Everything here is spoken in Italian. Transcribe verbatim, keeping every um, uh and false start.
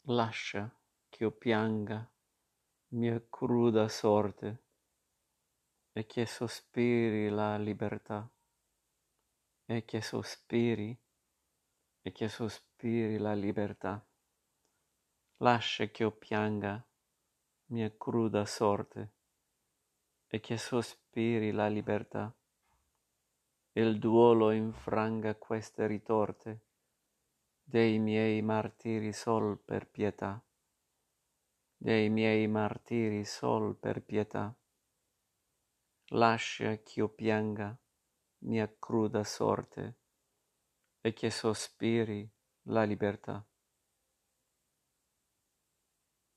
Lascia ch'io pianga mia cruda sorte e che sospiri la libertà, e che sospiri, e che sospiri la libertà. Lascia ch'io pianga mia cruda sorte e che sospiri la libertà. Il duolo infranga queste ritorte dei miei martiri sol per pietà, dei miei martiri sol per pietà. Lascia ch'io pianga mia cruda sorte e che sospiri la libertà.